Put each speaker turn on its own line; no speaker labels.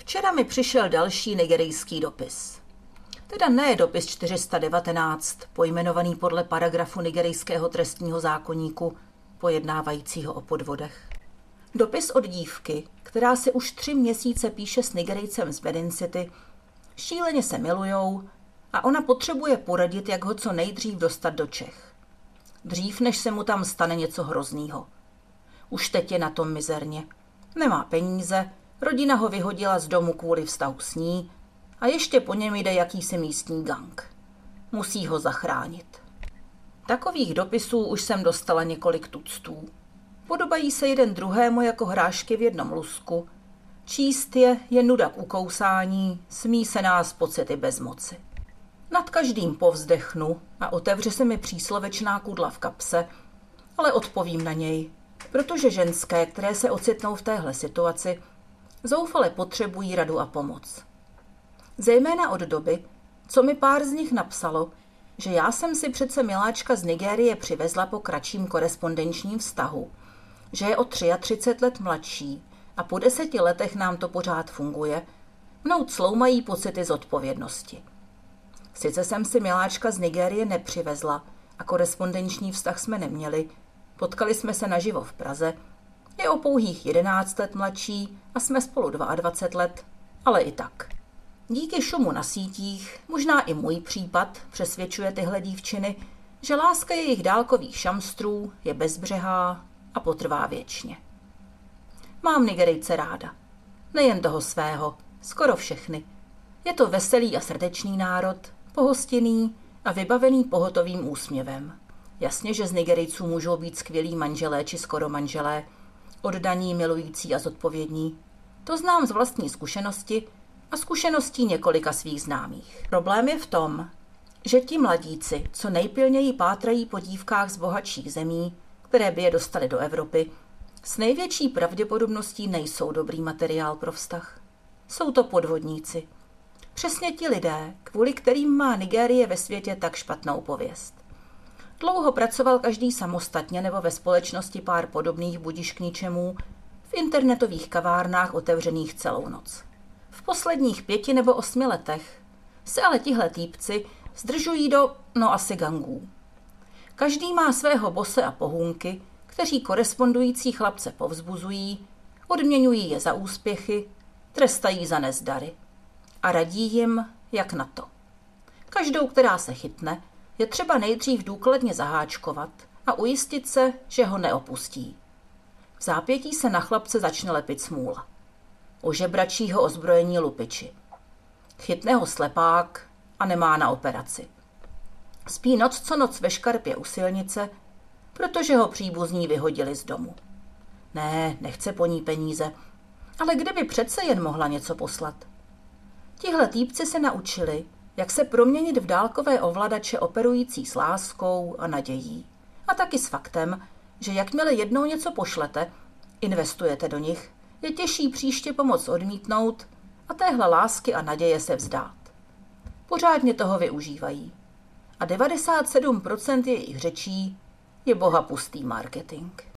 Včera mi přišel další nigerijský dopis. Teda ne dopis 419, pojmenovaný podle paragrafu nigerijského trestního zákoníku, pojednávajícího o podvodech. Dopis od dívky, která si už 3 měsíce píše s Nigerijcem z Benin City, šíleně se milujou a ona potřebuje poradit, jak ho co nejdřív dostat do Čech. Dřív, než se mu tam stane něco hroznýho. Už teď je na tom mizerně. Nemá peníze, rodina ho vyhodila z domu kvůli vztahu s ní a ještě po něm jde jakýsi místní gang. Musí ho zachránit. Takových dopisů už jsem dostala několik tuctů. Podobají se jeden druhému jako hrášky v jednom lusku. Číst je nuda k ukousání, smí se nás pocity bezmoci. Nad každým povzdechnu a otevře se mi příslovečná kudla v kapse, ale odpovím na něj, protože ženské, které se ocitnou v téhle situaci, zoufale potřebují radu a pomoc. Zejména od doby, co mi pár z nich napsalo, že já jsem si přece miláčka z Nigérie přivezla po kratším korespondenčním vztahu, že je o 33 let mladší a po 10 letech nám to pořád funguje, mnou cloumají pocity zodpovědnosti. Sice jsem si miláčka z Nigérie nepřivezla a korespondenční vztah jsme neměli, potkali jsme se naživo v Praze, je o pouhých 11 let mladší a jsme spolu 22 let, ale i tak. Díky šumu na sítích, možná i můj případ přesvědčuje tyhle dívčiny, že láska jejich dálkových šamstrů je bezbřehá a potrvá věčně. Mám Nigerijce ráda. Nejen toho svého, skoro všechny. Je to veselý a srdečný národ, pohostinný a vybavený pohotovým úsměvem. Jasně, že z Nigerijců můžou být skvělí manželé či skoro manželé, oddaní, milující a zodpovědní. To znám z vlastní zkušenosti a zkušeností několika svých známých. Problém je v tom, že ti mladíci, co nejpilněji pátrají po dívkách z bohatších zemí, které by je dostaly do Evropy, s největší pravděpodobností nejsou dobrý materiál pro vztah. Jsou to podvodníci. Přesně ti lidé, kvůli kterým má Nigérie ve světě tak špatnou pověst. Dlouho pracoval každý samostatně nebo ve společnosti pár podobných budiž k ničemu v internetových kavárnách otevřených celou noc. V posledních 5 nebo 8 letech se ale tihle týpci zdržují do, asi gangů. Každý má svého bose a pohůnky, kteří korespondující chlapce povzbuzují, odměňují je za úspěchy, trestají za nezdary a radí jim, jak na to. Každou, která se chytne, je třeba nejdřív důkladně zaháčkovat a ujistit se, že ho neopustí. V zápětí se na chlapce začne lepit smůla. Ožebračí ho ozbrojení lupiči. Chytne ho slepák a nemá na operaci. Spí noc co noc ve škarpě u silnice, protože ho příbuzní vyhodili z domu. Ne, nechce po ní peníze, ale kde by přece jen mohla něco poslat? Tihle týpci se naučili, jak se proměnit v dálkové ovladače operující s láskou a nadějí. A taky s faktem, že jakmile jednou něco pošlete, investujete do nich, je těžší příště pomoc odmítnout a téhle lásky a naděje se vzdát. Pořádně toho využívají. A 97% jejich řečí je bohapustý marketing.